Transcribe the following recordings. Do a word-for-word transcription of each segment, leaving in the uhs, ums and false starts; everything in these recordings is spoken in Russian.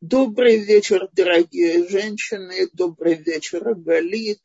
Добрый вечер, дорогие женщины, добрый вечер, Галит.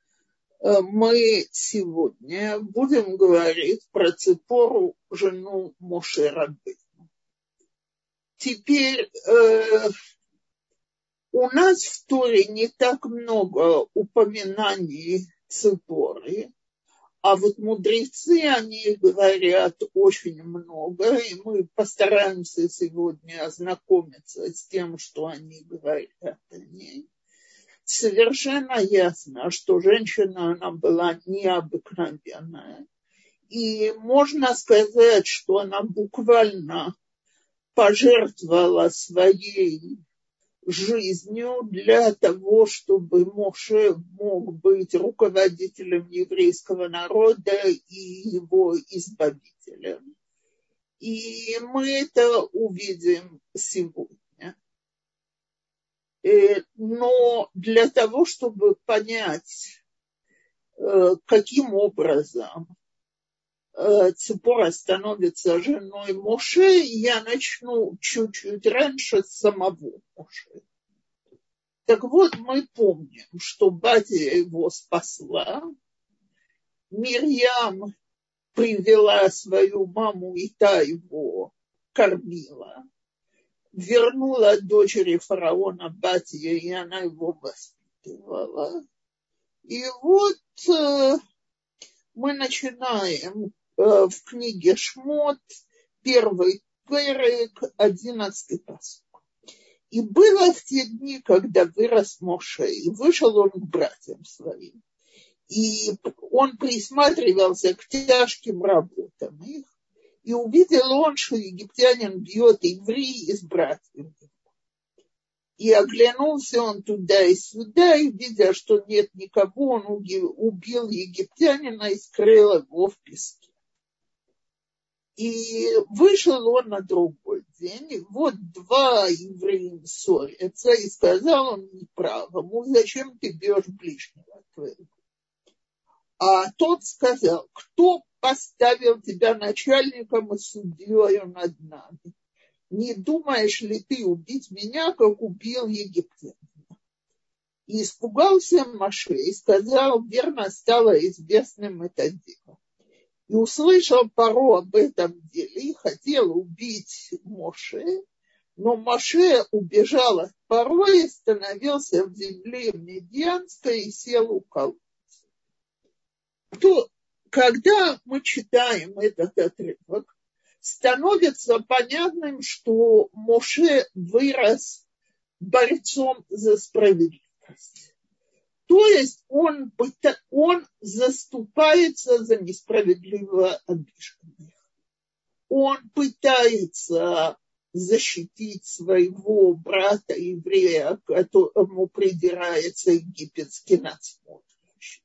Мы сегодня будем говорить про Ципору, жену Моше Рабейну. Теперь э, у нас в Торе не так много упоминаний Ципоры, а вот мудрецы, они говорят очень много, и мы постараемся сегодня ознакомиться с тем, что они говорят о ней. Совершенно ясно, что женщина, она была необыкновенная. И можно сказать, что она буквально пожертвовала своей жизнью для того, чтобы Моше мог быть руководителем еврейского народа и его избавителем. И мы это увидим сегодня. Но для того, чтобы понять, каким образом Ципора становится женой Моше, я начну чуть-чуть раньше с самого Моше. Так вот, мы помним, что батя его спасла, Мирьям привела свою маму, и та его кормила, вернула дочери фараона Батия, и она его воспитывала. И вот э, мы начинаем в книге Шмот, первый перек, одиннадцатый пасук. И было в те дни, когда вырос Моше, и вышел он к братьям своим, и он присматривался к тяжким работам их, и увидел он, что египтянин бьет еврея из братьев его. И оглянулся он туда и сюда, и, видя, что нет никого, он убил египтянина и скрыл его в песке. И вышел он на другой день, и вот два еврея ссорятся, и сказал он неправому: зачем ты бьешь ближнего твоего? А тот сказал: кто поставил тебя начальником и судьей над нами? Не думаешь ли ты убить меня, как убил египтянина? И испугался Моше и сказал: верно стало известным это дело. И услышал Паро об этом деле и хотел убить Моше, но Моше убежал от Паро и остановился в земле Медианской и сел у колодца. То, когда мы читаем этот отрывок, становится понятным, что Моше вырос борцом за справедливость. То есть он, он заступается за несправедливо обиженных. Он пытается защитить своего брата-еврея, которому придирается египетский надсмотрщик.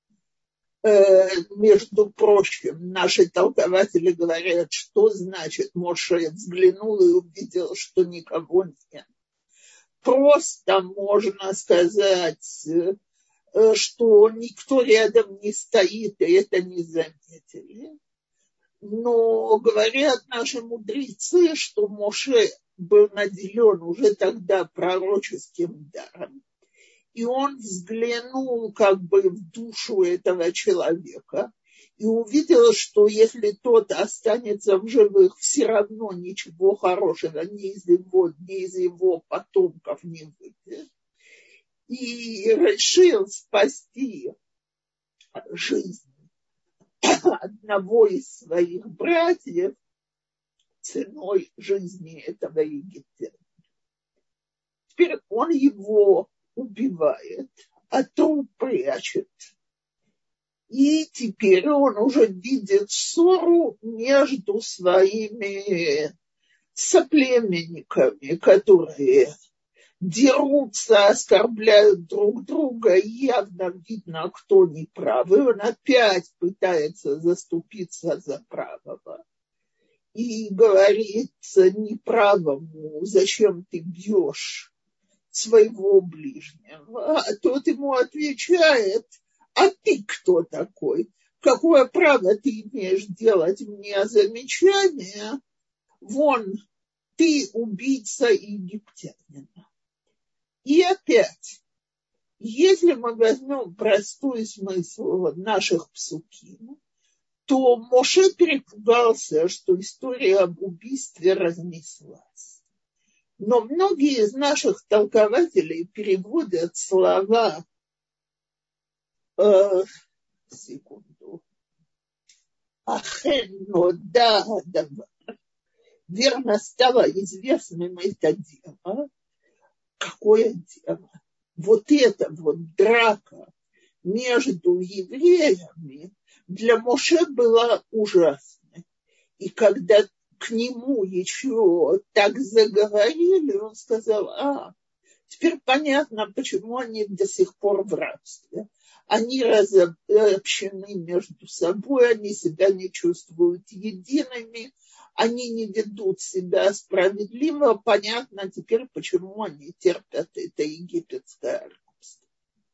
Между прочим, наши толкователи говорят, что значит Моше взглянул и увидел, что никого нет. Просто можно сказать, что никто рядом не стоит, и это не заметили. Но говорят наши мудрецы, что Моше был наделен уже тогда пророческим даром. И он взглянул как бы в душу этого человека и увидел, что если тот останется в живых, все равно ничего хорошего ни из его, ни из его потомков не выйдет. И решил спасти жизнь одного из своих братьев ценой жизни этого египтянина. Теперь он его убивает, а труп прячет. И теперь он уже видит ссору между своими соплеменниками, которые дерутся, оскорбляют друг друга, и явно видно, кто не прав. И он опять пытается заступиться за правого. И говорит неправому: зачем ты бьешь своего ближнего? А тот ему отвечает: а ты кто такой? Какое право ты имеешь делать мне замечания? Вон, ты убийца египтянина. И опять, если мы возьмем простой смысл наших псуким, то Моше перепугался, что история об убийстве разнеслась. Но многие из наших толкователей переводят слова э, секунду. Ахен, но да, да, верно стало известным это дело. Какое дело? Вот это вот драка между евреями для Моше была ужасной. И когда к нему еще так заговорили, он сказал, а, теперь понятно, почему они до сих пор в рабстве. Они разобщены между собой, они себя не чувствуют едиными, они не ведут себя справедливо. Понятно теперь, почему они терпят это египетское рабство.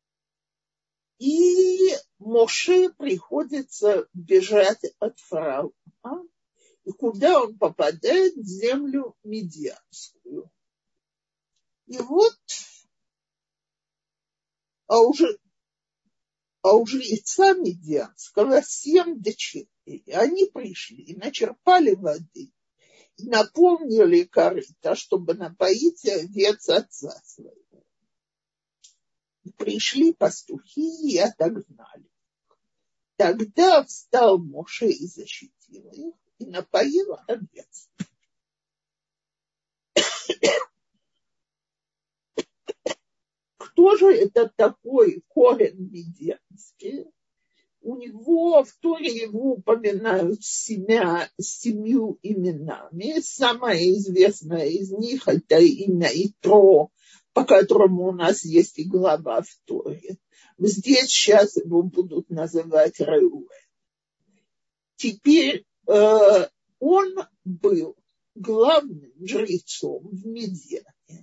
И Моше приходится бежать от фараона. И куда он попадает? В землю Мидьянскую. И вот, а уже, а у жреца Мидьянского семь дочерей. Они пришли, начерпали воды и наполнили корыто, чтобы напоить овец отца своего. И пришли пастухи и отогнали. Тогда встал Моше и защитил их, и напоил овец. Кто же это такой Коэн Мидьянский? У него в Торе его упоминают семя, семью именами. Самое известное из них – это имя Итро, по которому у нас есть и глава в Торе. Здесь сейчас его будут называть Реуэн. Теперь э, он был главным жрецом в Мидьяне.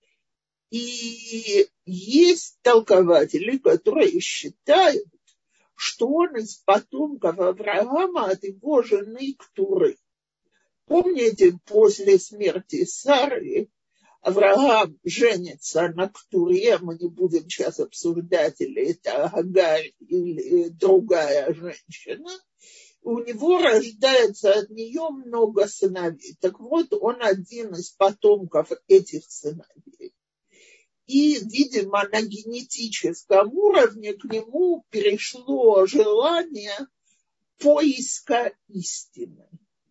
И есть толкователи, которые считают, что он из потомков Авраама от его жены Ктуры. Помните, после смерти Сары Авраам женится на Ктуре, мы не будем сейчас обсуждать, или это Агарь, или другая женщина, у него рождается от нее много сыновей. Так вот, он один из потомков этих сыновей. И, видимо, на генетическом уровне к нему перешло желание поиска истины.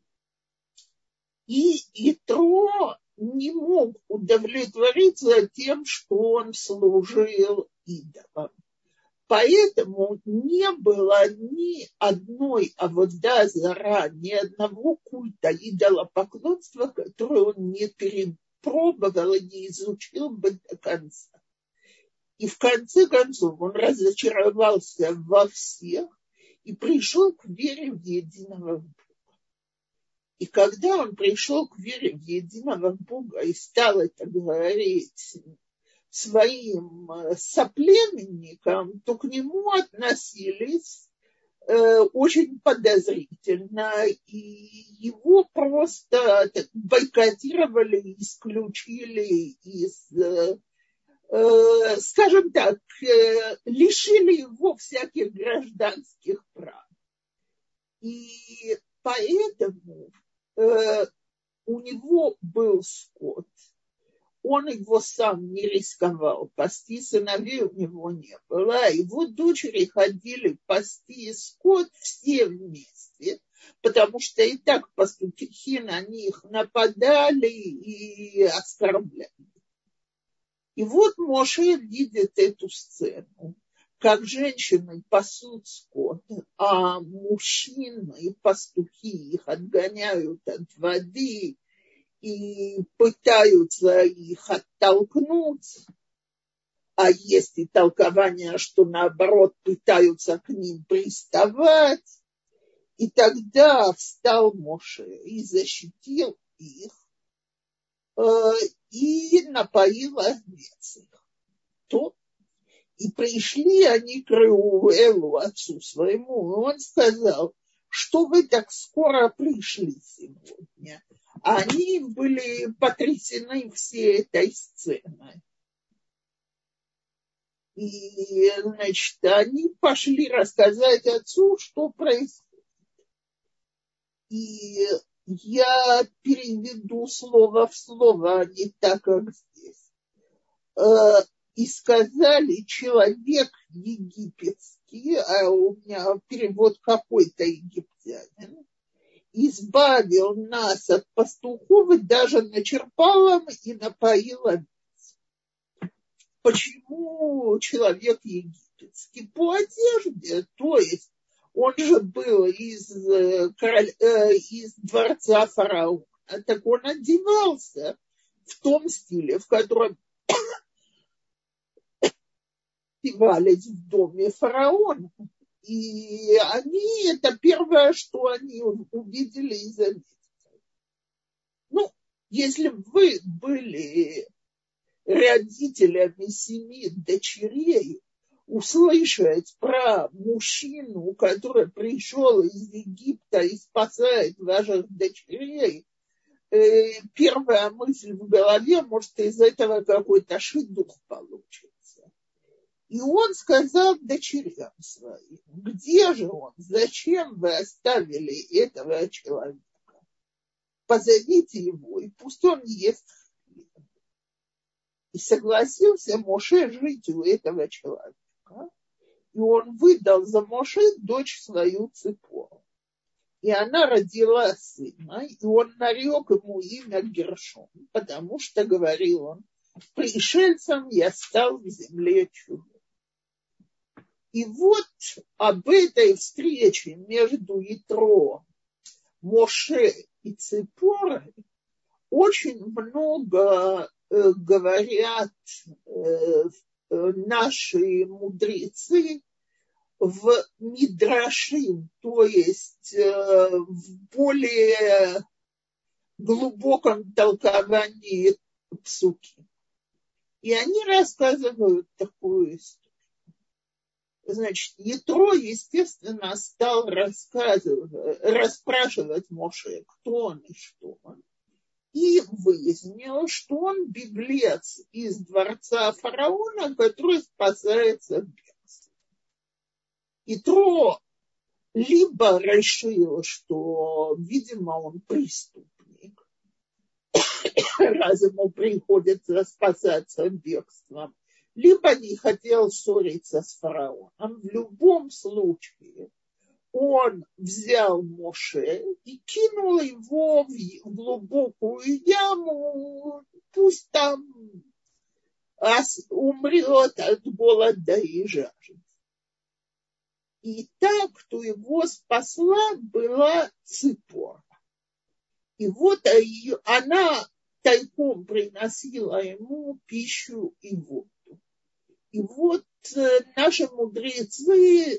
И Итро не мог удовлетвориться тем, что он служил идолам. Поэтому не было ни одной авода зара, ни одного культа идолопоклонства, который он не перепробовал. пробовал и не изучил бы до конца. И в конце концов он разочаровался во всех и пришел к вере в единого Бога. И когда он пришел к вере в единого Бога и стал это говорить своим соплеменникам, то к нему относились очень подозрительно, и его просто бойкотировали, исключили из, скажем так, лишили его всяких гражданских прав. И поэтому у него был скот. Он его сам не рисковал пасти, сыновей у него не было. Его дочери ходили пасти скот все вместе, потому что и так пастухи на них нападали и оскорбляли. И вот Моше видит эту сцену, как женщины пасут скот, а мужчины, пастухи их отгоняют от воды и пытаются их оттолкнуть, а есть и толкование, что наоборот пытаются к ним приставать. И тогда встал Моше и защитил их, и напоил овец их. То, и пришли они к Реуэлу, отцу своему, и он сказал, что вы так скоро пришли сегодня. Они были потрясены всей этой сценой. И, значит, они пошли рассказать отцу, что происходит. И я переведу слово в слово, а не так, как здесь. И сказали, человек египетский, а у меня перевод какой-то египтянин, избавил нас от пастухов и даже начерпал им и напоил овец. Почему человек египетский? По одежде, то есть он же был из, король, э, из дворца фараона, так он одевался в том стиле, в котором одевались в доме фараона. И они, это первое, что они увидели и заметили. Ну, если вы были родителями семи дочерей, услышать про мужчину, который пришел из Египта и спасает ваших дочерей, э, первая мысль в голове, может, из этого какой-то шидух получится. И он сказал дочерям своим, где же он, зачем вы оставили этого человека? Позовите его, и пусть он ест. И согласился Моше жить у этого человека. И он выдал за Моше дочь свою Ципору. И она родила сына, и он нарек ему имя Гершом, потому что, говорил он, пришельцем я стал в земле чудом. И вот об этой встрече между Итро, Моше и Ципорой очень много говорят э, наши мудрецы в мидрашим, то есть э, в более глубоком толковании псуки. И они рассказывают такую историю. Значит, Итро, естественно, стал рассказывать, расспрашивать Моше, кто он и что он. И выяснил, что он беглец из дворца фараона, который спасается бегством. Итро либо решил, что, видимо, он преступник, раз ему приходится спасаться бегством, либо не хотел ссориться с фараоном. В любом случае, он взял Моше и кинул его в глубокую яму, пусть там умрет от голода и жажды. И та, кто его спасла, была Ципора. И вот она тайком приносила ему пищу и воду. И вот наши мудрецы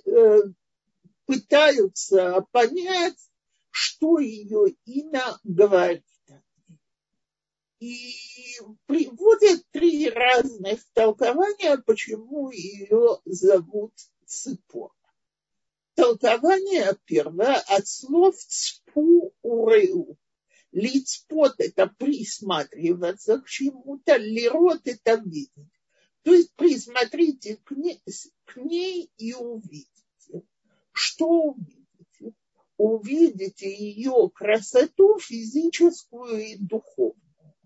пытаются понять, что ее имя говорит. И приводят три разных толкования, почему ее зовут Ципора. Толкование первое от слов цпу уреу. Лицпот – это присматриваться к чему-то, лирот – это видеть. То есть присмотрите к ней, к ней и увидите. Что увидите? Увидите ее красоту физическую и духовную.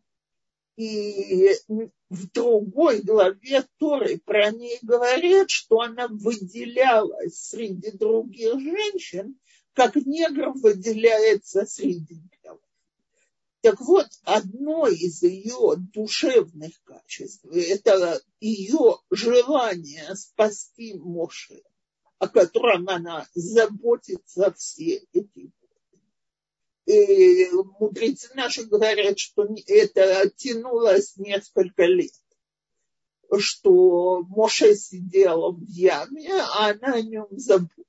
И в другой главе Торы про ней говорят, что она выделялась среди других женщин, как негр выделяется среди белых. Так вот, одно из ее душевных качеств – это ее желание спасти Моше, о котором она заботится все эти годы. И мудрецы наши говорят, что это тянулось несколько лет, что Моше сидел в яме, а она о нем заботилась.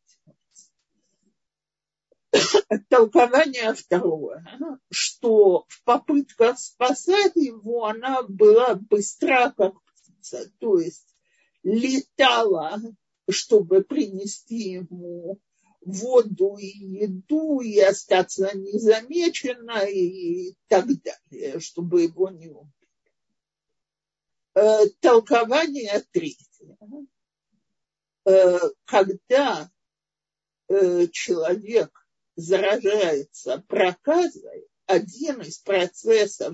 Толкование второе, что в попытках спасать его она была быстра, как птица, то есть летала, чтобы принести ему воду и еду, и остаться незамеченной, и так далее, чтобы его не убили. Э, толкование третье. Э, когда э, человек заражается проказой, один из процессов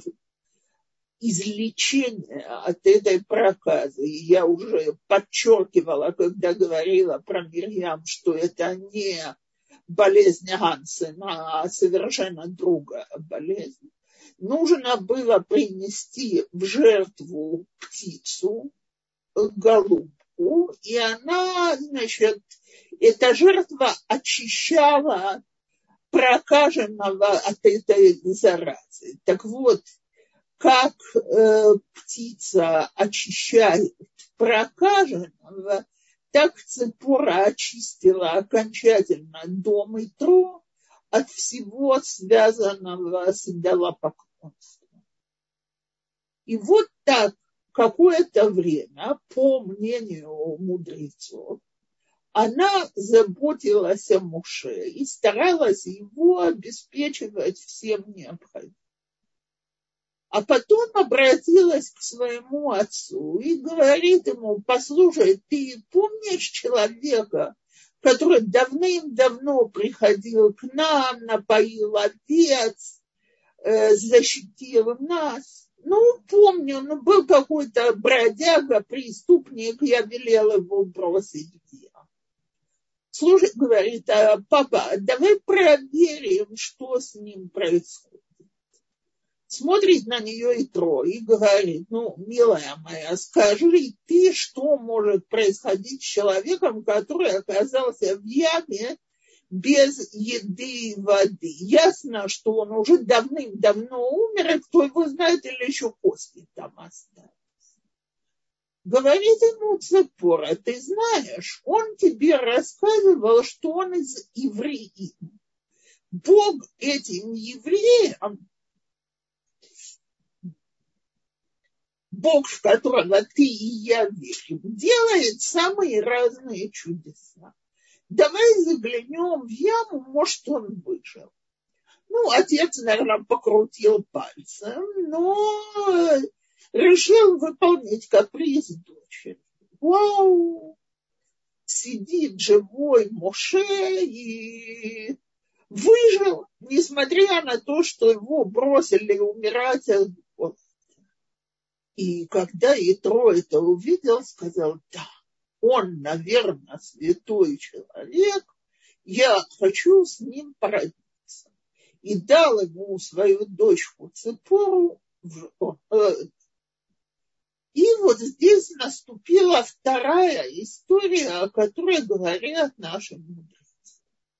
излечения от этой проказы, и я уже подчеркивала, когда говорила про Мирьям, что это не болезнь Гансена, а совершенно другая болезнь, нужно было принести в жертву птицу, голубку, и она, значит, эта жертва очищала прокаженного от этой заразы. Так вот, как э, птица очищает прокаженного, так Ципора очистила окончательно дом Итро от всего связанного с идолопоклонством. И вот так какое-то время, по мнению мудрецов, она заботилась о Моше и старалась его обеспечивать всем необходимым. А потом обратилась к своему отцу и говорит ему: послушай, ты помнишь человека, который давным-давно приходил к нам, напоил овец, э, защитил нас? Ну, помню, ну, был какой-то бродяга, преступник, я велел его бросить в яму. Слушай, говорит, а, папа, давай проверим, что с ним происходит. Смотрит на нее Итро и говорит: ну, милая моя, скажи ты, что может происходить с человеком, который оказался в яме без еды и воды. Ясно, что он уже давным-давно умер, и кто его знает, или еще кости там остались. Говорит ему Ципора: ты знаешь, он тебе рассказывал, что он из евреев. Бог этим евреям, Бог, в которого ты и я верим, делает самые разные чудеса. Давай заглянем в яму, может, он выжил. Ну, отец, наверное, покрутил пальцем, но решил выполнить каприз дочери. Вау! Сидит живой Моше и выжил, несмотря на то, что его бросили умирать от голода. И когда Итро это увидел, сказал: да, он, наверное, святой человек, я хочу с ним породниться. И дал ему свою дочку Ципору. И вот здесь наступила вторая история, о которой говорят наши мудрецы.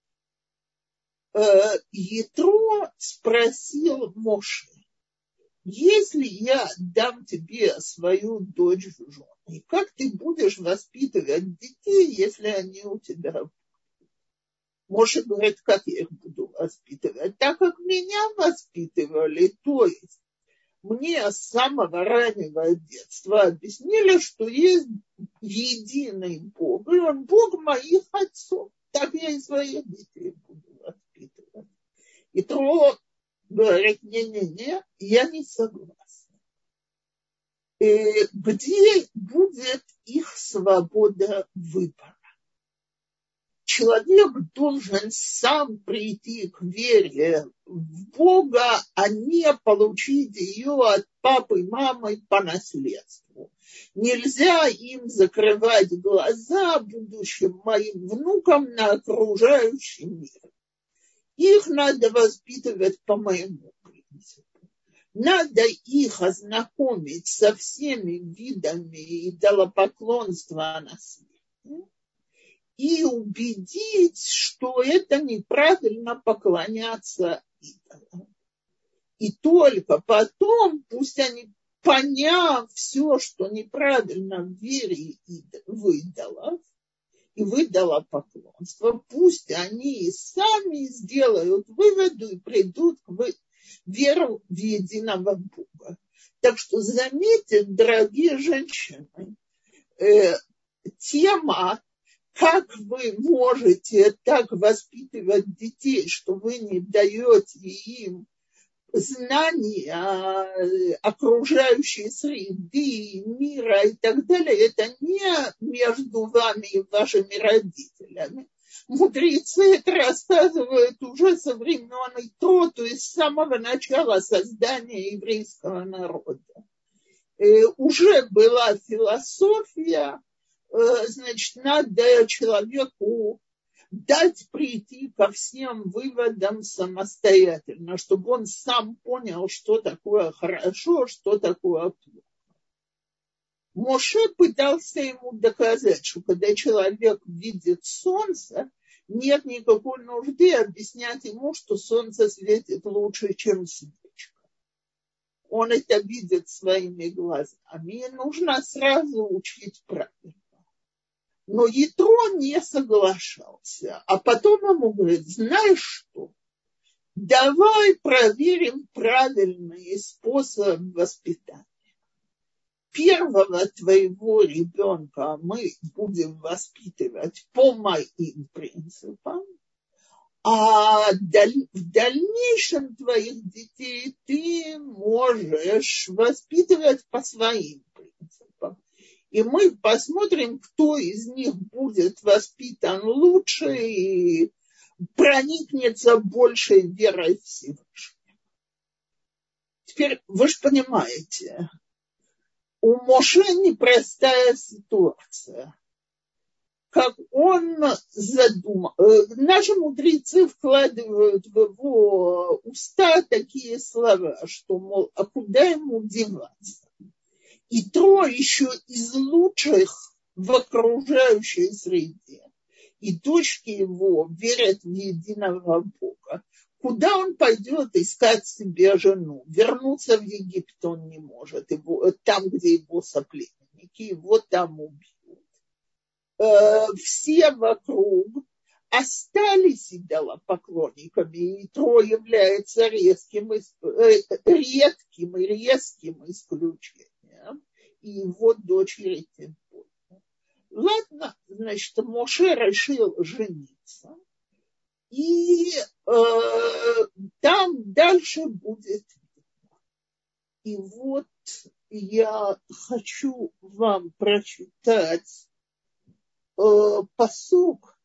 Итро спросил Моше: если я дам тебе свою дочь в жены, как ты будешь воспитывать детей, если они у тебя будут? Моше говорит: как я их буду воспитывать? Так как меня воспитывали, то есть мне с самого раннего детства объяснили, что есть единый Бог, и он Бог моих отцов. Так я и своих детей буду воспитывать. И Тро говорит: не-не-не, я не согласен. И где будет их свобода выбора? Человек должен сам прийти к вере в Бога, а не получить ее от папы и мамы по наследству. Нельзя им закрывать глаза будущим моим внукам на окружающий мир. Их надо воспитывать по моему принципу. Надо их ознакомить со всеми видами идолопоклонства на свете и убедить, что это неправильно поклоняться идолам. И только потом, пусть они, поняв все, что неправильно в вере в идолов и в идолопоклонство, пусть они сами сделают выводы и придут к веру в единого Бога. Так что заметьте, дорогие женщины, э, тема, как вы можете так воспитывать детей, что вы не даете им знания окружающей среды, мира и так далее, это не между вами и вашими родителями. Мудрецы это рассказывают уже со времен Итро, то есть с самого начала создания еврейского народа. Э, уже была философия, э, значит, надо человеку дать прийти ко всем выводам самостоятельно, чтобы он сам понял, что такое хорошо, что такое плохо. Моше пытался ему доказать, что когда человек видит солнце, нет никакой нужды объяснять ему, что солнце светит лучше, чем свечка. Он это видит своими глазами, и нужно сразу учить правильно. Но Ятро не соглашался. А потом ему говорит, знаешь что, давай проверим правильный способ воспитания. Первого твоего ребенка мы будем воспитывать по моим принципам, а в дальнейшем твоих детей ты можешь воспитывать по своим принципам. И мы посмотрим, кто из них будет воспитан лучше и проникнется большей верой в Всевышнего. Теперь вы же понимаете, у Моше непростая ситуация. Как он задумал. Наши мудрецы вкладывают в его уста такие слова, что, мол, а куда ему деваться? Итро еще из лучших в окружающей среде. И дочки его верят в единого Бога. Куда он пойдет искать себе жену? Вернуться в Египет он не может. Его, там, где его соплеменники, его там убьют. Э, все вокруг остались идолопоклонниками. И Итро является резким, э, редким и резким исключением. И его дочери тем более. Ладно, значит, Моше решил жениться. И э, там дальше будет видно. И вот я хочу вам прочитать э, пасук.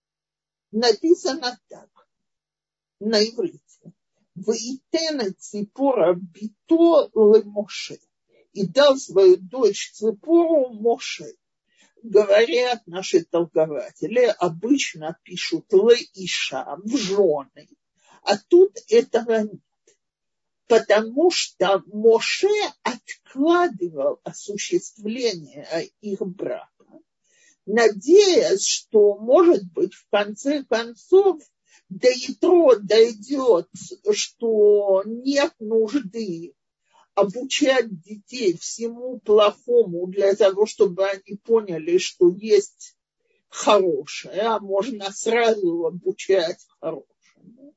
Написано так, на иврите. «Ваитен Ципора бито ле Моше». И дал свою дочь Ципору Моше. Говорят наши толкователи, обычно пишут ле-иша, в жены, а тут этого нет. Потому что Моше откладывал осуществление их брака, надеясь, что, может быть, в конце концов до Ятро дойдет, что нет нужды обучать детей всему плохому для того, чтобы они поняли, что есть хорошее, а можно сразу обучать хорошему.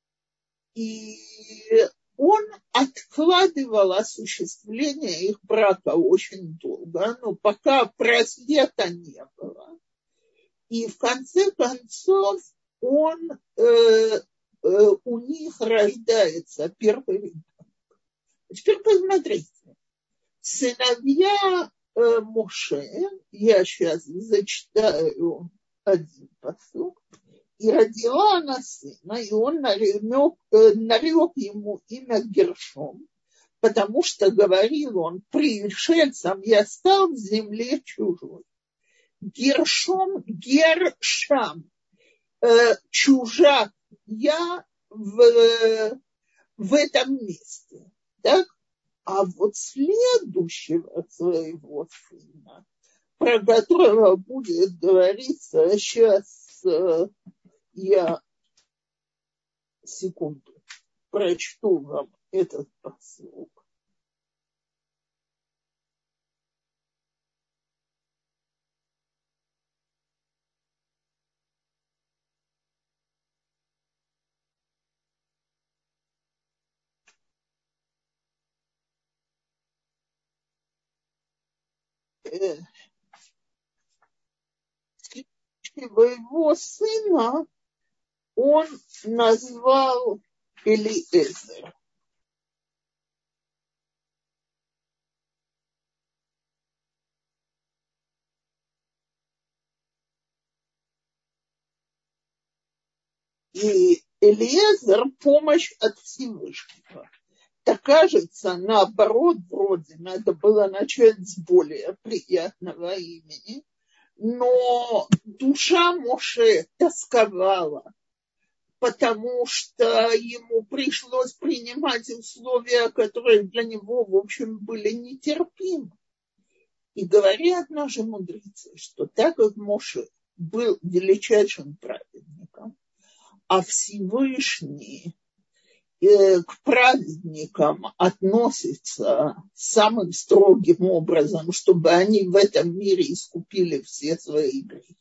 И он откладывал осуществление их брака очень долго, но пока просвета не было. И в конце концов он, э, э, у них рождается первый ребенок. Теперь посмотрите. Сыновья э, Моше, я сейчас зачитаю один пасук, и родила она сына, и он нарек, э, нарек ему имя Гершом, потому что, говорил он, пришельцем я стал в земле чужой. Гершом, Гершам, э, чужак я в, в этом месте. Так? А вот следующего своего сына, про которого будет говориться, сейчас э, я секунду прочту вам этот пасук. Своего сына он назвал Элиэзер. И Элиезер – помощь от Всевышнего. Так кажется, наоборот, вроде надо было начать с более приятного имени. Но душа Моше тосковала, потому что ему пришлось принимать условия, которые для него, в общем, были нетерпимы. И говорят наши мудрецы, что так как Моше был величайшим праведником, а Всевышний э, к праведникам относится самым строгим образом, чтобы они в этом мире искупили все свои грехи,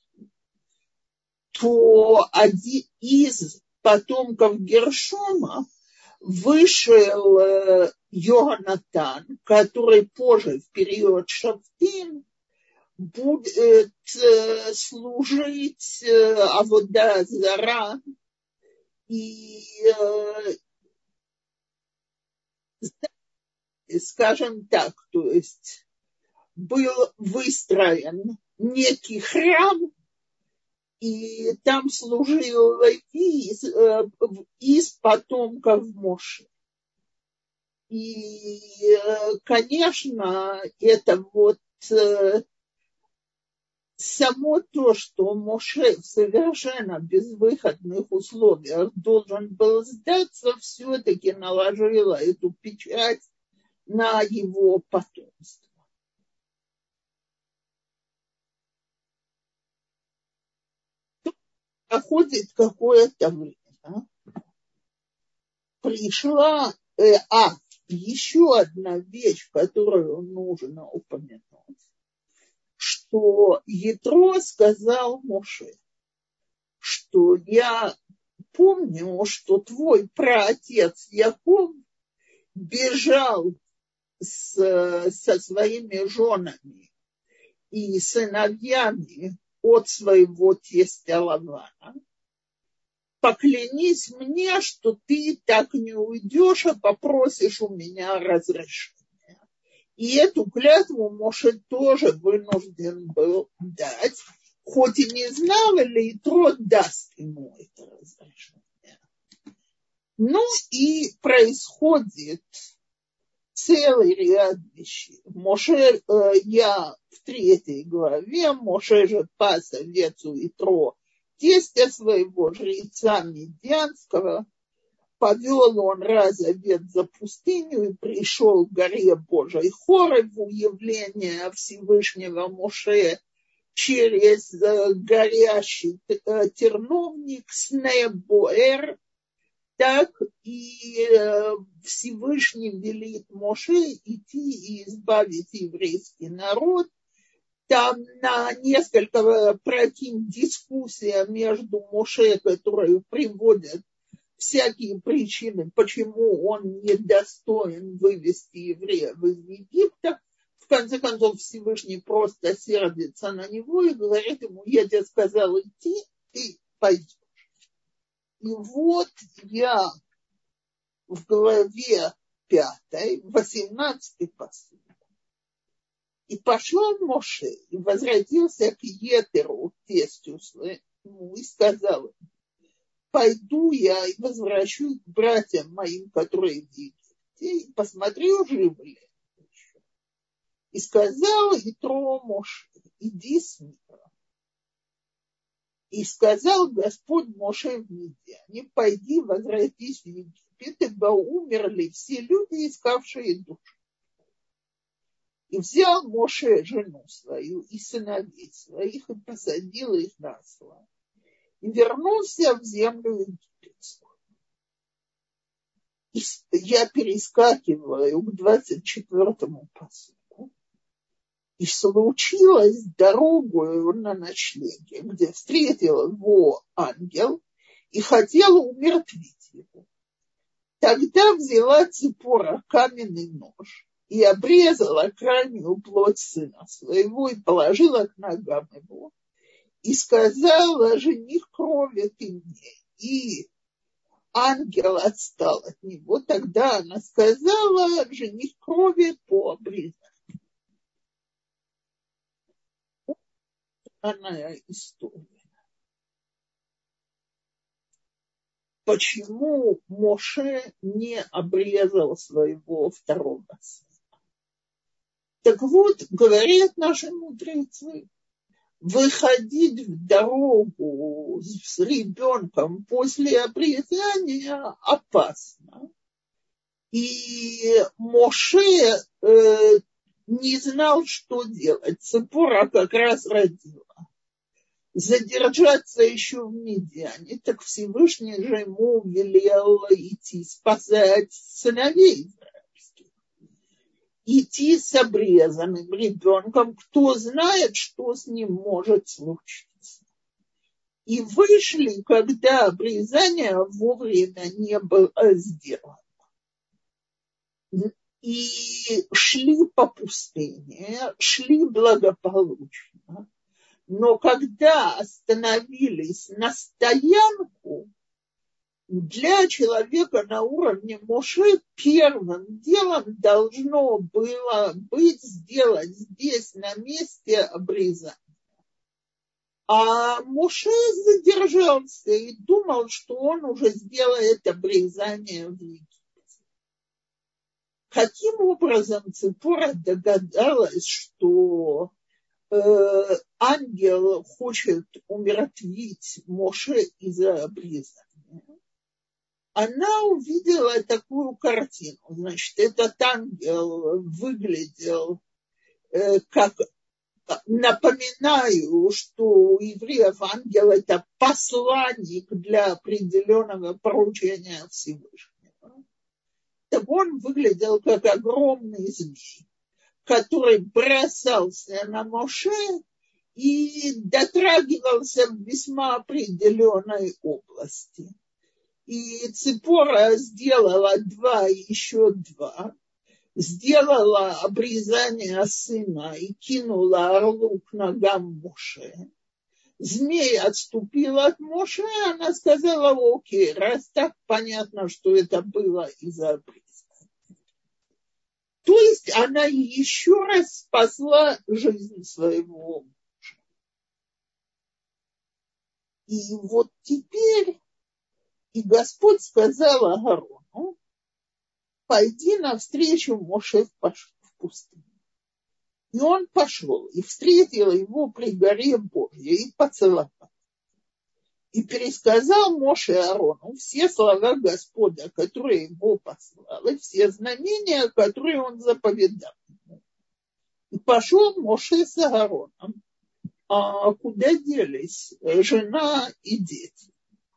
то один из потомков Гершома вышел э, Йонатан, который позже, в период Шафтим, будет э, служить э, авода зара и, э, скажем так, то есть был выстроен некий храм, и там служил Леви из, э, из потомков Моше. И, э, конечно, это вот э, само то, что Моше в совершенно безвыходных условиях должен был сдаться, все-таки наложило эту печать на его потомство. Проходит какое-то время, пришла, э, а, еще одна вещь, которую нужно упомянуть, что Ятро сказал Моше, что я помню, что твой праотец Яков бежал с, со своими женами и сыновьями от своего тестя Лавана. Поклянись мне, что ты так не уйдешь, а попросишь у меня разрешения. И эту клятву Моше тоже вынужден был дать, хоть и не знал, или Ятро даст ему это разрешение. Ну и происходит целый ряд вещей. Моше, э, я в третьей главе, Моше же пас овец у Ятро, тестя своего, жреца Медианского, повел он раз овец за пустыню и пришел к горе Божией Хорев, в явление Всевышнего Моше через э, горящий э, терновник Снебоэр. Так и э, Всевышний велит Моше идти и избавить еврейский народ. Там на несколько против дискуссия между Моше, которую приводят всякие причины, почему он не достоин вывести евреев из Египта. В конце концов, Всевышний просто сердится на него и говорит ему: я тебе сказал идти, ты пойдешь. И вот я в главе пятой, восемнадцатый посыл. И пошел Моше и возвратился к Етеру, тестю своему, и сказал: пойду я и возвращусь к братьям моим, которые в Египте, и посмотрю, живы ли они еще. И сказал Ятро Моше: иди с миром. И сказал Господь Моше в Медиане: пойди, возвратись в Египет, ибо умерли все люди, искавшие душу. И взял Моше жену свою и сыновей своих, и посадил их на слон. И вернулся в землю египетскую. И я перескакиваю к двадцать четвёртому посылу. И случилось дорогою на ночлеге, где встретил его ангел и хотел умертвить его. Тогда взяла Ципора каменный нож и обрезала крайнюю плоть сына своего и положила к ногам его. И сказала: жених крови ты мне. И ангел отстал от него. Тогда она сказала: жених крови по обрезанию. Она история. почему Моше не обрезал своего второго сына. Так вот, говорят наши мудрецы, выходить в дорогу с ребенком после обрезания опасно. И Моше э, не знал, что делать. Ципора как раз родила. Задержаться еще в Медиане, так Всевышний же ему велел идти спасать сыновей израильских. Идти с обрезанным ребенком, кто знает, что с ним может случиться. И вышли, когда обрезание вовремя не было сделано. И шли по пустыне, шли благополучно. Но когда остановились на стоянку, для человека на уровне Моше первым делом должно было быть сделать здесь на месте обрезание. А Моше задержался и думал, что он уже сделает обрезание в Египте. Каким образом Ципора догадалась, что э, ангел хочет умертвить Моше из-за обрезания? Она увидела такую картину. Значит, этот ангел выглядел э, как... Напоминаю, что у евреев ангел – это посланник для определенного поручения Всевышнего. Так он выглядел как огромный змей, который бросался на Моше и дотрагивался в весьма определенной области. И Ципора сделала два и еще два. Сделала обрезание сына и кинула орлу к ногам Моше. Змей отступил от Моше, она сказала: окей, раз так, понятно, что это было из-за обрезания. То есть она еще раз спасла жизнь своего мужа. И вот теперь и Господь сказал Аарону: пойди навстречу Моше в пустыне. И он пошел и встретил его при горе Божьей и поцеловал. И пересказал Моше Аарону все слова Господа, которые его послал, и все знамения, которые он заповедал ему. И пошел Моше с Аароном. А куда делись жена и дети?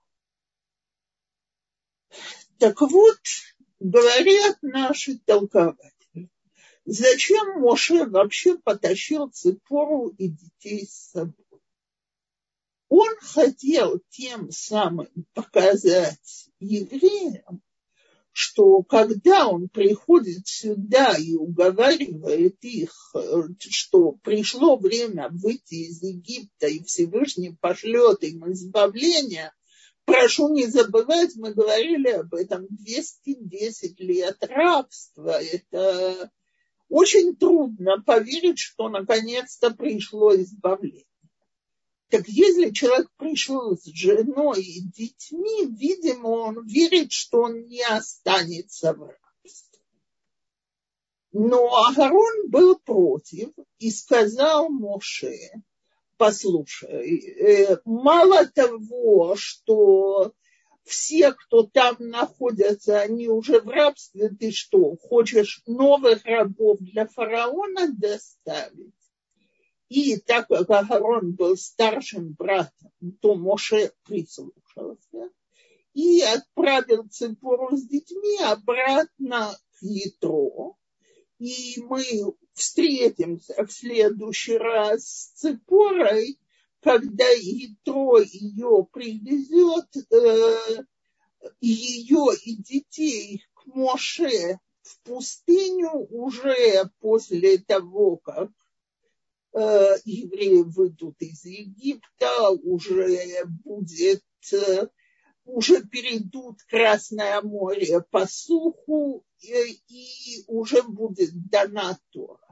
Так вот, говорят наши толкователи, зачем Моше вообще потащил Ципору и детей с собой? Он хотел тем самым показать евреям, что когда он приходит сюда и уговаривает их, что пришло время выйти из Египта и Всевышний пошлет им избавление, прошу не забывать, мы говорили об этом, двести десять лет рабства. Это очень трудно поверить, что наконец-то пришло избавление. Так если человек пришел с женой и детьми, видимо, он верит, что он не останется в рабстве. Но Аарон был против и сказал Моше: послушай, мало того, что все, кто там находятся, они уже в рабстве, ты что, хочешь новых рабов для фараона доставить? И так как Аарон был старшим братом, то Моше прислушался и отправил Ципору с детьми обратно к Ятро. И мы встретимся в следующий раз с Ципорой, когда Ятро ее привезет, э, ее и детей к Моше в пустыню уже после того, как евреи выйдут из Египта, уже будет, уже перейдут Красное море по суху, и, и уже будет дана Тора.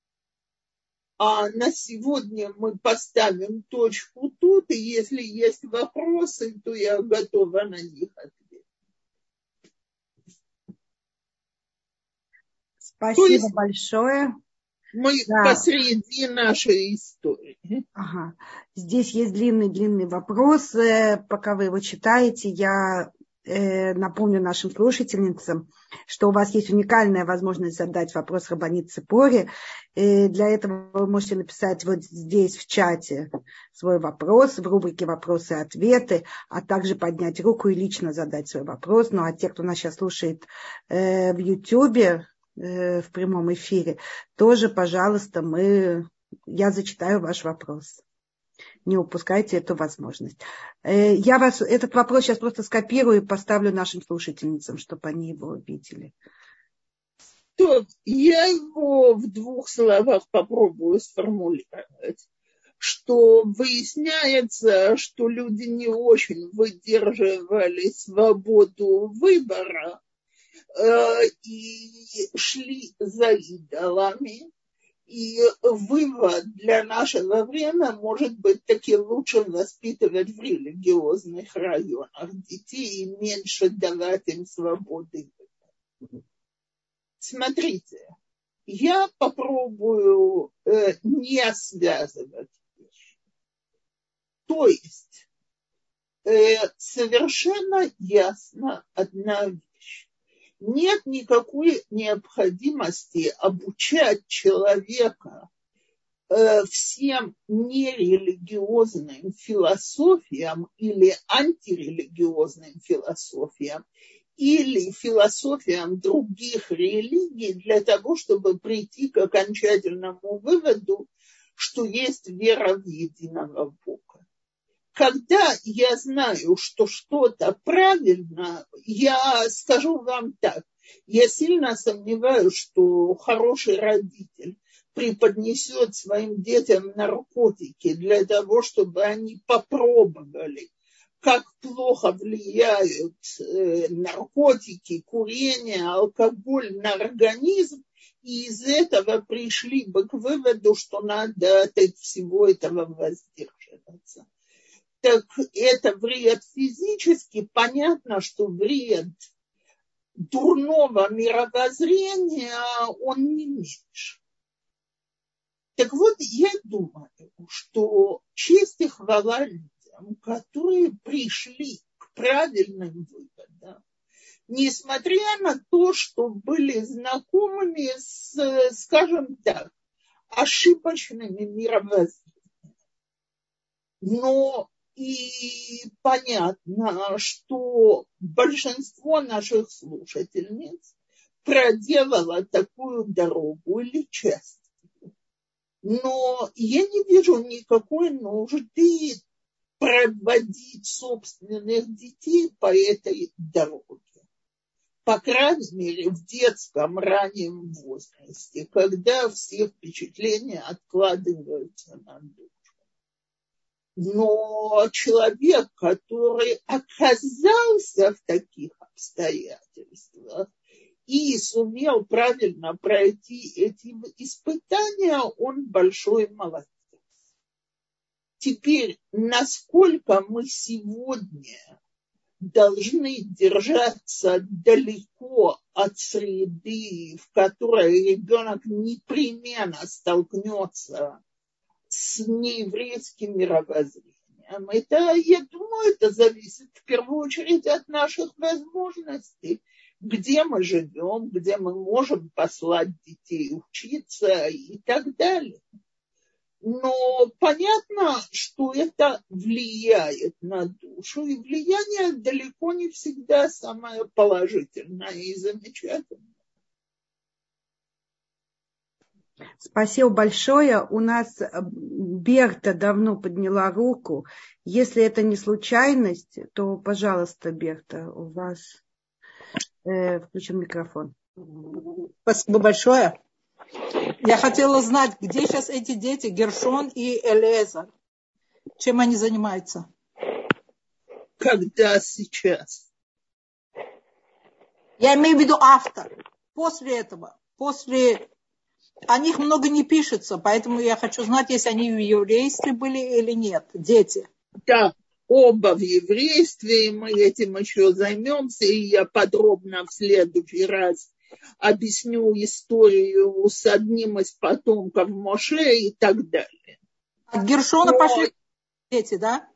А на сегодня мы поставим точку тут, и если есть вопросы, то я готова на них ответить. Спасибо большое. Мы да. посреди нашей истории. Ага. Здесь есть длинный-длинный вопрос. Пока вы его читаете, я напомню нашим слушательницам, что у вас есть уникальная возможность задать вопрос рабанит Ципоре. И для этого вы можете написать вот здесь в чате свой вопрос в рубрике «Вопросы и ответы», а также поднять руку и лично задать свой вопрос. Ну а те, кто нас сейчас слушает э, в Ютьюбе, э, в прямом эфире, тоже, пожалуйста, мы, я зачитаю ваш вопрос. Не упускайте эту возможность. Я вас, этот вопрос сейчас просто скопирую и поставлю нашим слушательницам, чтобы они его видели. То я его в двух словах попробую сформулировать, что выясняется, что люди не очень выдерживали свободу выбора э, и шли за идолами. И вывод для нашего времени может быть таки лучше воспитывать в религиозных районах детей и меньше давать им свободы. Смотрите, я попробую э, не связывать вещи. То есть э, совершенно ясно одна вещь. Нет никакой необходимости обучать человека э, всем нерелигиозным философиям или антирелигиозным философиям или философиям других религий для того, чтобы прийти к окончательному выводу, что есть вера в единого Бога. Когда я знаю, что что-то правильно, я скажу вам так. Я сильно сомневаюсь, что хороший родитель преподнесет своим детям наркотики для того, чтобы они попробовали, как плохо влияют наркотики, курение, алкоголь на организм, и из этого пришли бы к выводу, что надо от всего этого воздерживаться. Так это вред физически, понятно, что вред дурного мировоззрения, он не меньше. Так вот, я думаю, что честь и хвала людям, которые пришли к правильным выводам, несмотря на то, что были знакомыми с, скажем так, ошибочными мировоззрениями. Но и понятно, что большинство наших слушательниц проделало такую дорогу или часть. Но я не вижу никакой нужды проводить собственных детей по этой дороге. По крайней мере, в детском раннем возрасте, когда все впечатления откладываются на душу. Но человек, который оказался в таких обстоятельствах и сумел правильно пройти эти испытания, он большой молодец. Теперь, насколько мы сегодня должны держаться далеко от среды, в которой ребенок непременно столкнется с нееврейским мировоззрением. Это, я думаю, это зависит в первую очередь от наших возможностей, где мы живем, где мы можем послать детей учиться и так далее. Но понятно, что это влияет на душу, и влияние далеко не всегда самое положительное и замечательное. Спасибо большое. У нас Берта давно подняла руку. Если это не случайность, то, пожалуйста, Берта, у вас э, включен микрофон. Спасибо большое. Я хотела знать, где сейчас эти дети, Гершон и Элиэзер. Чем они занимаются? Когда сейчас? Я имею в виду автор. После этого, после... О них много не пишется, поэтому я хочу знать, если они в еврействе были или нет, дети. Да, оба в еврействе, и мы этим еще займемся, и я подробно в следующий раз объясню историю с одним из потомков Моше и так далее. От Гершона Но... пошли дети, да?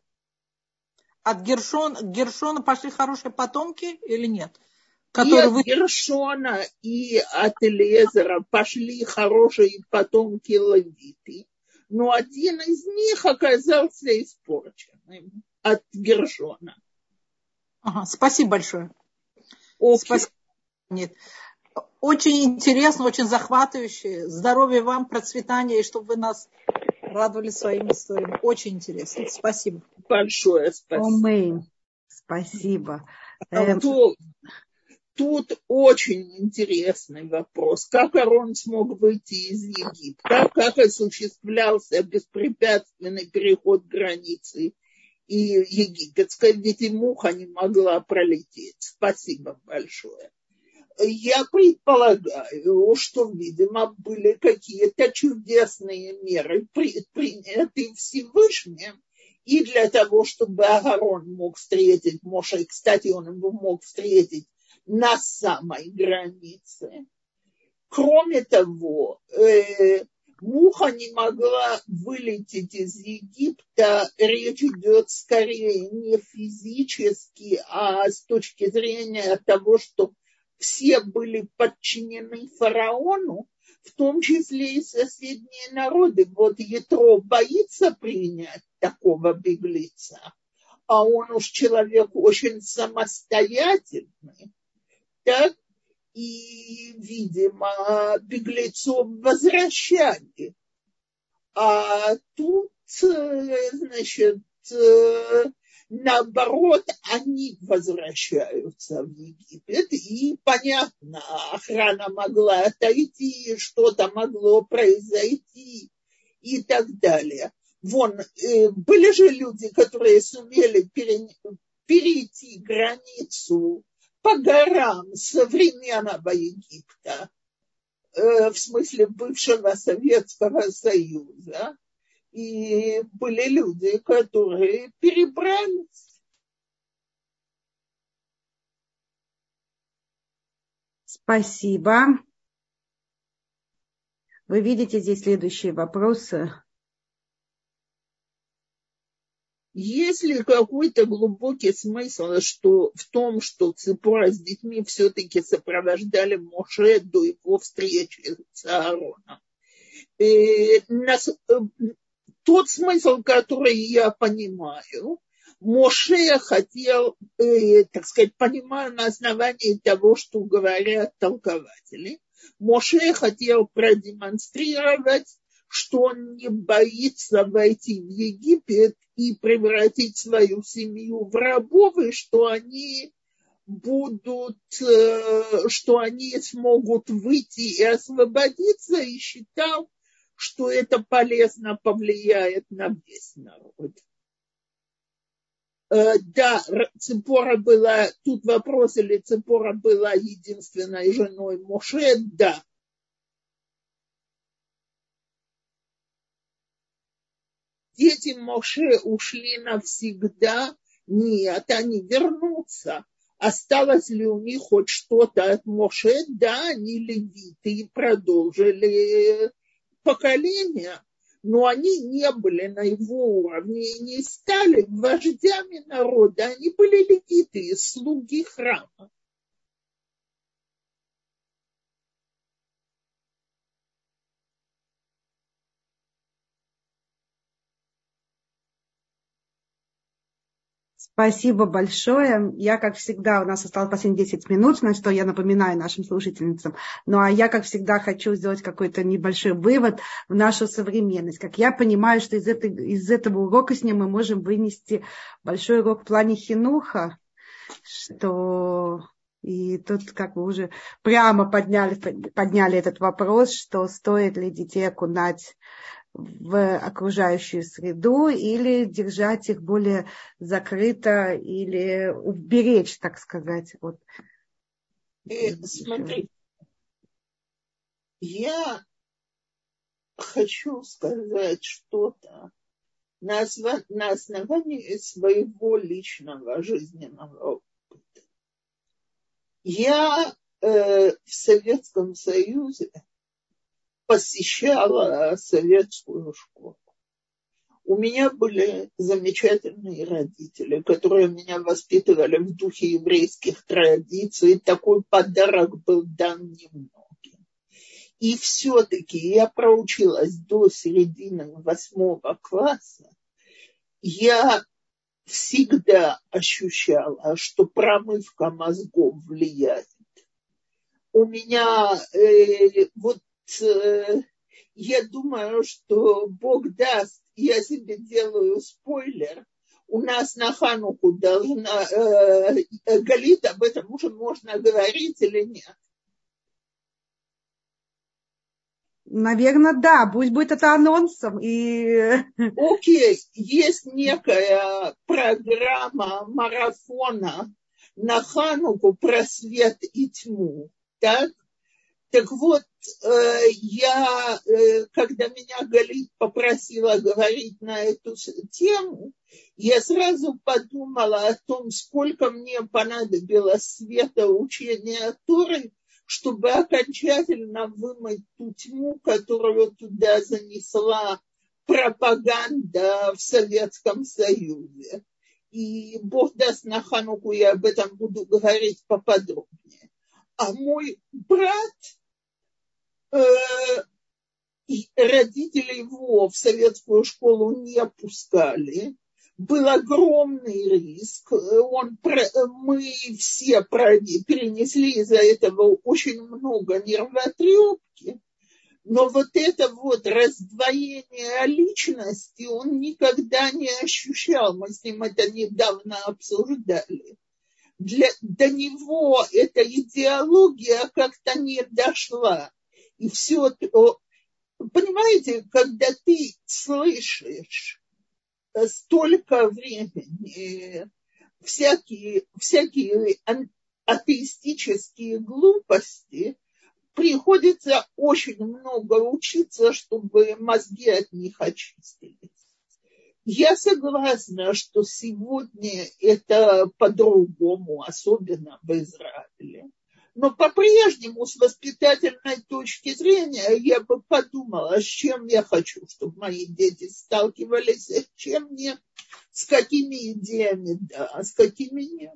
От Гершона, Гершона пошли хорошие потомки или нет? И от вы... Гершона, и от Элиезера пошли хорошие потомки левиты. Но один из них оказался испорченным от Гершона. Ага, спасибо большое. Окей. Спасибо. Нет. Очень интересно, очень захватывающе. Здоровья вам, процветания, и чтобы вы нас радовали своими историями. Очень интересно. Спасибо. Большое спасибо. Омей. Спасибо. То, тут очень интересный вопрос. Как Аарон смог выйти из Египта? Как осуществлялся беспрепятственный переход границы и египетской? Ведь и муха не могла пролететь. Спасибо большое. Я предполагаю, что, видимо, были какие-то чудесные меры предприняты Всевышним, и для того, чтобы Аарон мог встретить Моше, кстати, он его мог встретить на самой границе. Кроме того, э, муха не могла вылететь из Египта, речь идет скорее не физически, а с точки зрения того, что все были подчинены фараону, в том числе и соседние народы. Вот Ятро боится принять такого беглеца, а он уж человек очень самостоятельный, так? И, видимо, беглецов возвращали. А тут, значит, наоборот, они возвращаются в Египет, и, понятно, охрана могла отойти, что-то могло произойти и так далее. Вон, э, были же люди, которые сумели пере, перейти границу по горам современного Египта, э, в смысле бывшего Советского Союза. И были люди, которые перебрались. Спасибо. Вы видите здесь следующие вопросы? Есть ли какой-то глубокий смысл что, в том, что Ципора с детьми все-таки сопровождали Моше до его встречи с Аароном? И нас, тот смысл, который я понимаю, Моше хотел, э, так сказать, понимаю на основании того, что говорят толкователи, Моше хотел продемонстрировать, что он не боится войти в Египет и превратить свою семью в рабов, и что они будут, э, что они смогут выйти и освободиться, и считал, что это полезно повлияет на весь народ. Э, да, Ципора была, тут вопрос, или Ципора была единственной женой Моше, да. Дети Моше ушли навсегда, нет, они вернутся. Осталось ли у них хоть что-то от Моше? Да, они левиты и продолжили поколения, но они не были на его уровне и не стали вождями народа. Они были левиты, слуги храма. Спасибо большое. Я, как всегда, у нас осталось последние десять минут, на что я напоминаю нашим слушательницам. Ну, а я, как всегда, хочу сделать какой-то небольшой вывод в нашу современность. Как я понимаю, что из, этой, из этого урока с ним мы можем вынести большой урок в плане хинуха, что... И тут, как вы уже прямо подняли, подняли этот вопрос, что стоит ли детей окунать в окружающую среду или держать их более закрыто или уберечь, так сказать. Вот. И, смотри, я хочу сказать что-то на, осв... на основании своего личного жизненного опыта. Я э, в Советском Союзе посещала советскую школу. У меня были замечательные родители, которые меня воспитывали в духе еврейских традиций. Такой подарок был дан немногим. И все-таки я проучилась до середины восьмого класса. Я всегда ощущала, что промывка мозгов влияет. У меня э, вот э, я думаю, что Бог даст, я себе делаю спойлер, у нас на Хануку должна, э, Галит, об этом уже можно говорить или нет? Наверное, да. Пусть будет это анонсом. И... Окей, есть некая программа марафона на Хануку про свет и тьму, так? Так вот, я, когда меня Галит попросила говорить на эту тему, я сразу подумала о том, сколько мне понадобилось света учения Торы, чтобы окончательно вымыть ту тьму, которую туда занесла пропаганда в Советском Союзе. И Бог даст, на Хануку я об этом буду говорить поподробнее. А мой брат, э, родители его в советскую школу не пускали. Был огромный риск. Он, мы все перенесли из-за этого очень много нервотрепки. Но вот это вот раздвоение личности он никогда не ощущал. Мы с ним это недавно обсуждали. Для, до него эта идеология как-то не дошла. И все, понимаете, когда ты слышишь столько времени всякие, всякие атеистические глупости, приходится очень много учиться, чтобы мозги от них очистились. Я согласна, что сегодня это по-другому, особенно в Израиле. Но по-прежнему с воспитательной точки зрения я бы подумала, с чем я хочу, чтобы мои дети сталкивались, с чем нет, с какими идеями, да, а с какими нет.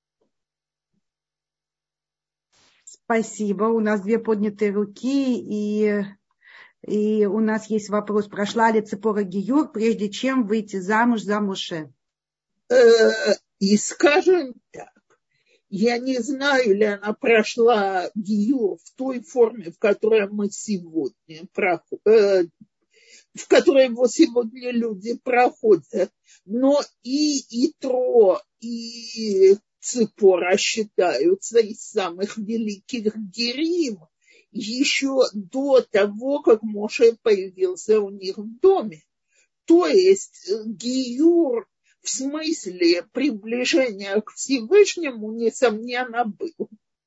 Спасибо. У нас две поднятые руки, и... И у нас есть вопрос, прошла ли Ципора гиюр, прежде чем выйти замуж за Моше? И скажем так, я не знаю, ли она прошла гиюр в той форме, в которой мы сегодня проходим, в которой его сегодня люди проходят, но и Итро, и Ципора считаются из самых великих герим, еще до того, как Моше появился у них в доме. То есть гиюр в смысле приближения к Всевышнему, несомненно, был.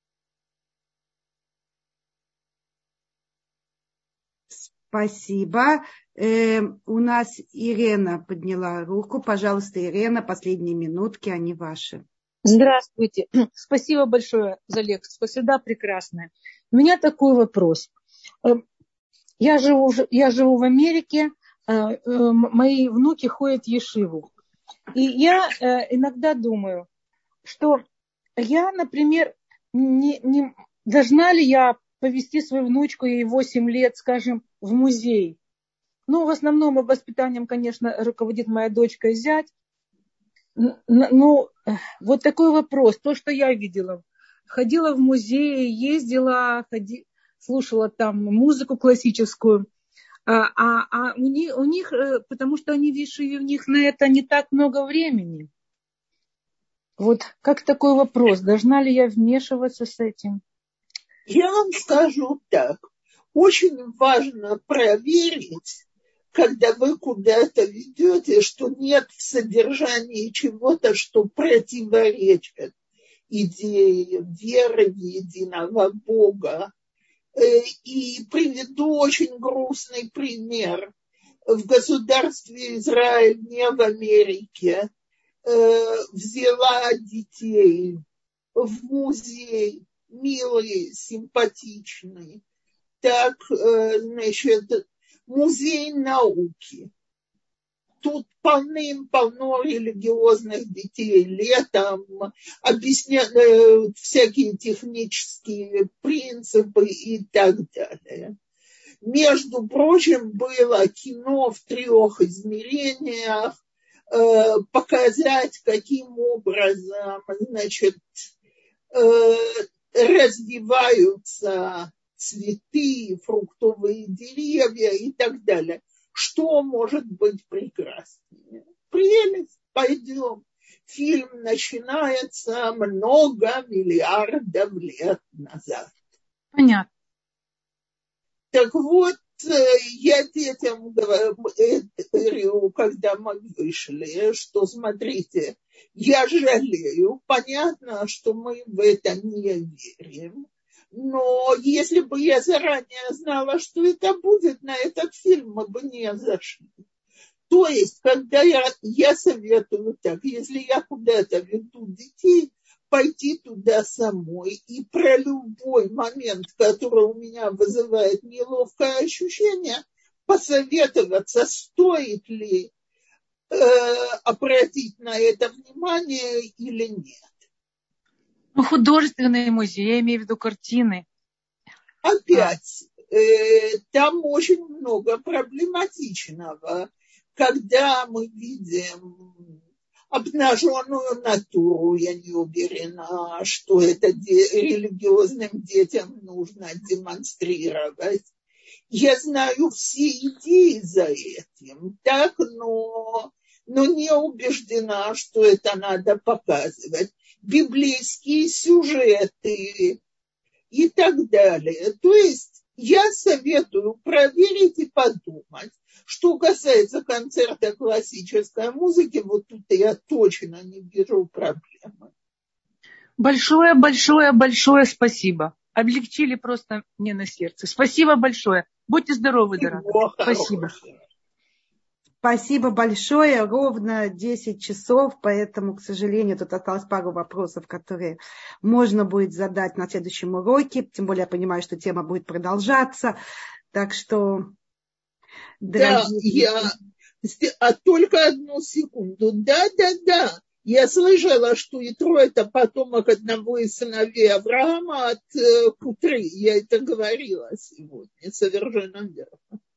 Спасибо. Э, у нас Ирена подняла руку. Пожалуйста, Ирена, последние минутки, они ваши. Здравствуйте. Спасибо большое за лекцию. Всегда прекрасная. У меня такой вопрос. Я живу, я живу в Америке, мои внуки ходят в ешиву. И я иногда думаю, что я, например, не, не, должна ли я повести свою внучку, ей восемь лет, скажем, в музей. Ну, в основном воспитанием, конечно, руководит моя дочка и зять. Ну, вот такой вопрос. То, что я видела. Ходила в музей, ездила, ходи, слушала там музыку классическую. А, а, а у, них, у них, потому что они в ешиве, у них на это не так много времени. Вот как такой вопрос. Должна ли я вмешиваться с этим? Я вам скажу так. Очень важно проверить, когда вы куда-то ведете, что нет в содержании чего-то, что противоречит идее веры в единого Бога. И приведу очень грустный пример. В государстве Израиль, не в Америке, взяла детей в музей милый, симпатичный. Так, значит, музей науки. Тут полным-полно религиозных детей. Летом объясняют всякие технические принципы и так далее. Между прочим, было кино в трех измерениях, э, показать, каким образом, значит, э, развиваются цветы, фруктовые деревья и так далее. Что может быть прекраснее? Прелесть, пойдем. Фильм начинается много миллиардов лет назад. Понятно. Так вот, я детям говорю, когда мы вышли, что, смотрите, я жалею, понятно, что мы в это не верим, но если бы я заранее знала, что это будет, на этот фильм мы бы не зашли. То есть, когда я, я советую так, если я куда-то веду детей, пойти туда самой и про любой момент, который у меня вызывает неловкое ощущение, посоветоваться, стоит ли э, обратить на это внимание или нет. Ну, художественный музей, я имею в виду картины. Опять, э, там очень много проблематичного, когда мы видим обнаженную натуру, я не уверена, что это де- религиозным детям нужно демонстрировать. Я знаю все идеи за этим, так, но, но не убеждена, что это надо показывать. Библейские сюжеты и так далее. То есть я советую проверить и подумать. Что касается концерта классической музыки, вот тут я точно не вижу проблемы. Большое, большое, большое спасибо. Облегчили просто мне на сердце. Спасибо большое. Будьте здоровы, дорогая. Спасибо. Спасибо большое. Ровно десять часов, поэтому, к сожалению, тут осталось пару вопросов, которые можно будет задать на следующем уроке. Тем более я понимаю, что тема будет продолжаться. Так что... Дорогие... Да, я... А только одну секунду. Да, да, да. Я слышала, что Итро – это потомок одного из сыновей Авраама от Путры. Я это говорила сегодня. Совершенно верно.